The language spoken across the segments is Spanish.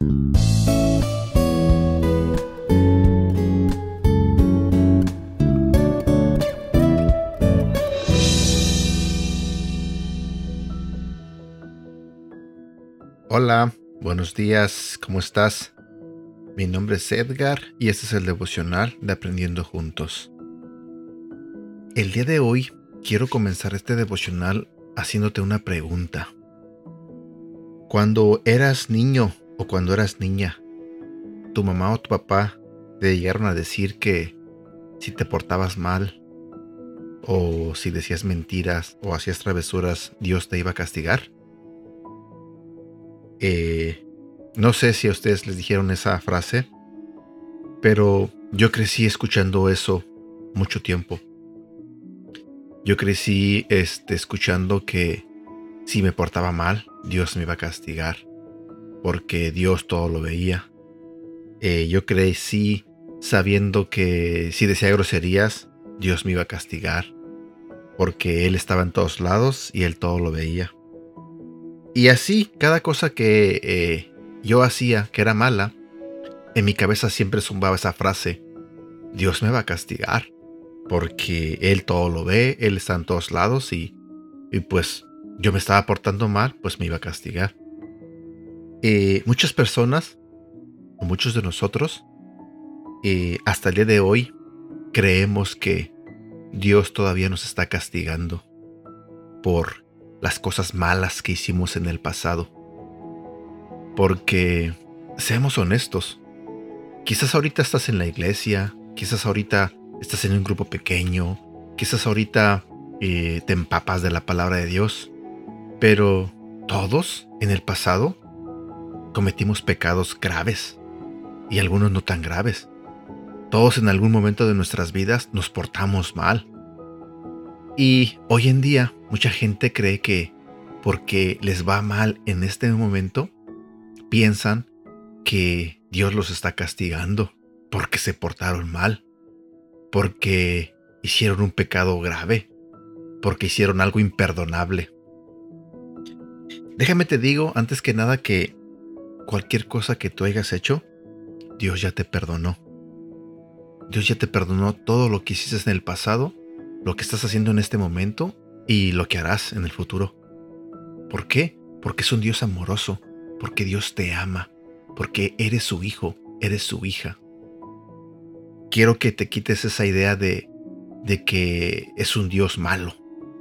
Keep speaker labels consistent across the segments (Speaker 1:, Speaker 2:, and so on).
Speaker 1: Hola, buenos días, ¿cómo estás? Mi nombre es Edgar y este es el devocional de Aprendiendo Juntos. El día de hoy quiero comenzar este devocional haciéndote una pregunta. Cuando eras niño o cuando eras niña, tu mamá o tu papá te llegaron a decir que si te portabas mal o si decías mentiras o hacías travesuras, Dios te iba a castigar. No sé si a ustedes les dijeron esa frase, pero yo crecí escuchando eso mucho tiempo. Yo crecí escuchando que si me portaba mal, Dios me iba a castigar, porque Dios todo lo veía. Yo crecí sabiendo que si decía groserías, Dios me iba a castigar, porque Él estaba en todos lados y Él todo lo veía. Y así, cada cosa que yo hacía que era mala, en mi cabeza siempre zumbaba esa frase: Dios me va a castigar, porque Él todo lo ve, Él está en todos lados y pues yo me estaba portando mal, pues me iba a castigar. Muchas personas, o muchos de nosotros, hasta el día de hoy, creemos que Dios todavía nos está castigando por las cosas malas que hicimos en el pasado. Porque, seamos honestos, quizás ahorita estás en la iglesia, quizás ahorita estás en un grupo pequeño, quizás ahorita te empapas de la palabra de Dios, pero todos en el pasado cometimos pecados graves y algunos no tan graves. Todos en algún momento de nuestras vidas nos portamos mal. Y hoy en día mucha gente cree que porque les va mal en este momento, piensan que Dios los está castigando porque se portaron mal, porque hicieron un pecado grave, porque hicieron algo imperdonable. Déjame te digo antes que nada que cualquier cosa que tú hayas hecho, Dios ya te perdonó. Dios ya te perdonó todo lo que hiciste en el pasado, lo que estás haciendo en este momento y lo que harás en el futuro. ¿Por qué? Porque es un Dios amoroso, porque Dios te ama, porque eres su hijo, eres su hija. Quiero que te quites esa idea de que es un Dios malo,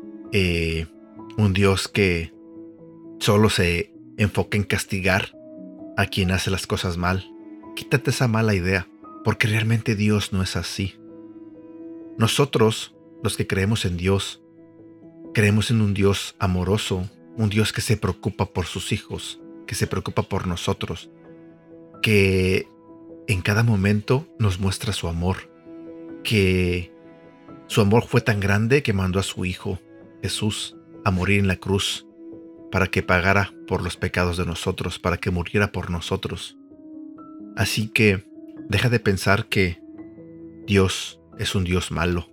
Speaker 1: un Dios que solo se enfoca en castigar a quien hace las cosas mal. Quítate esa mala idea, porque realmente Dios no es así. Nosotros, los que creemos en Dios, creemos en un Dios amoroso, un Dios que se preocupa por sus hijos, que se preocupa por nosotros, que en cada momento nos muestra su amor, que su amor fue tan grande que mandó a su Hijo, Jesús, a morir en la cruz, para que pagara por los pecados de nosotros, para que muriera por nosotros. Así que deja de pensar que Dios es un Dios malo.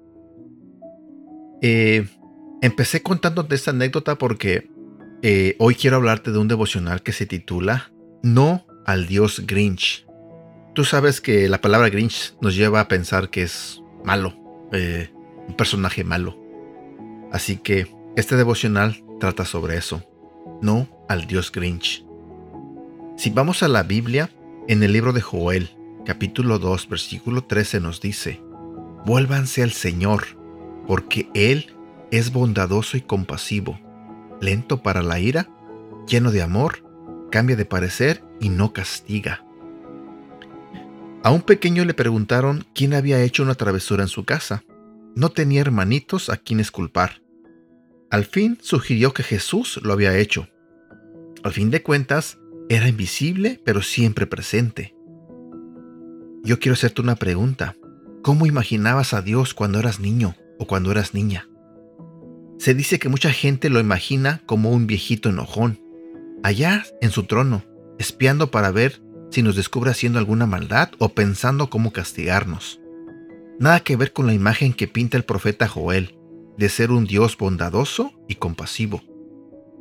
Speaker 1: Empecé contándote esta anécdota porque hoy quiero hablarte de un devocional que se titula No al Dios Grinch. Tú sabes que la palabra Grinch nos lleva a pensar que es malo, un personaje malo. Así que este devocional trata sobre eso. No al Dios Grinch. Si vamos a la Biblia, en el libro de Joel, capítulo 2, versículo 13 nos dice: Vuélvanse al Señor, porque Él es bondadoso y compasivo, lento para la ira, lleno de amor, cambia de parecer y no castiga. A un pequeño le preguntaron quién había hecho una travesura en su casa. No tenía hermanitos a quienes culpar. Al fin sugirió que Jesús lo había hecho. Al fin de cuentas, era invisible, pero siempre presente. Yo quiero hacerte una pregunta. ¿Cómo imaginabas a Dios cuando eras niño o cuando eras niña? Se dice que mucha gente lo imagina como un viejito enojón, allá en su trono, espiando para ver si nos descubre haciendo alguna maldad o pensando cómo castigarnos. Nada que ver con la imagen que pinta el profeta Joel, de ser un Dios bondadoso y compasivo.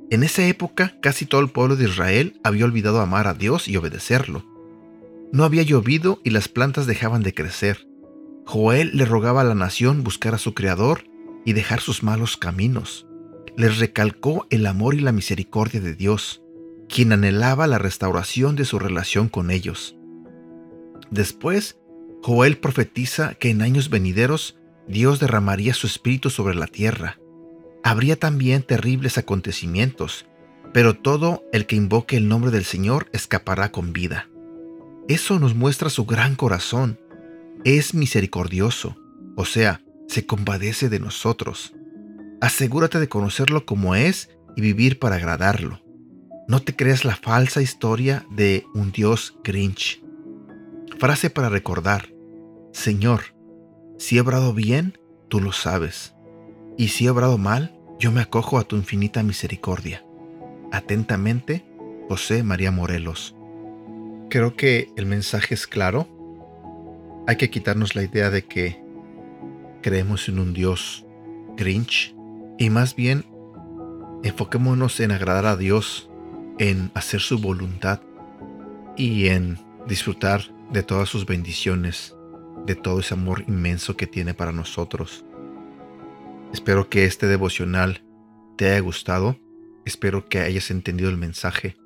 Speaker 1: En esa época, casi todo el pueblo de Israel había olvidado amar a Dios y obedecerlo. No había llovido y las plantas dejaban de crecer. Joel le rogaba a la nación buscar a su Creador y dejar sus malos caminos. Les recalcó el amor y la misericordia de Dios, quien anhelaba la restauración de su relación con ellos. Después, Joel profetiza que en años venideros Dios derramaría su espíritu sobre la tierra. Habría también terribles acontecimientos, pero todo el que invoque el nombre del Señor escapará con vida. Eso nos muestra su gran corazón. Es misericordioso, o sea, se compadece de nosotros. Asegúrate de conocerlo como es y vivir para agradarlo. No te creas la falsa historia de un Dios Grinch. Frase para recordar: Señor, si he obrado bien, tú lo sabes. Y si he obrado mal, yo me acojo a tu infinita misericordia. Atentamente, José María Morelos. Creo que el mensaje es claro. Hay que quitarnos la idea de que creemos en un Dios Grinch y más bien enfoquémonos en agradar a Dios, en hacer su voluntad y en disfrutar de todas sus bendiciones, de todo ese amor inmenso que tiene para nosotros. Espero que este devocional te haya gustado. Espero que hayas entendido el mensaje.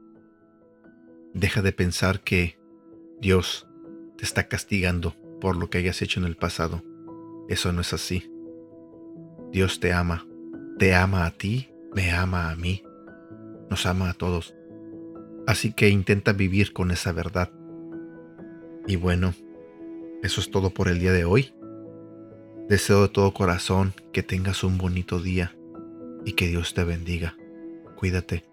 Speaker 1: Deja de pensar que Dios te está castigando por lo que hayas hecho en el pasado. Eso no es así. Dios te ama a ti, me ama a mí, nos ama a todos. Así que intenta vivir con esa verdad. Y bueno, eso es todo por el día de hoy. Deseo de todo corazón que tengas un bonito día y que Dios te bendiga. Cuídate.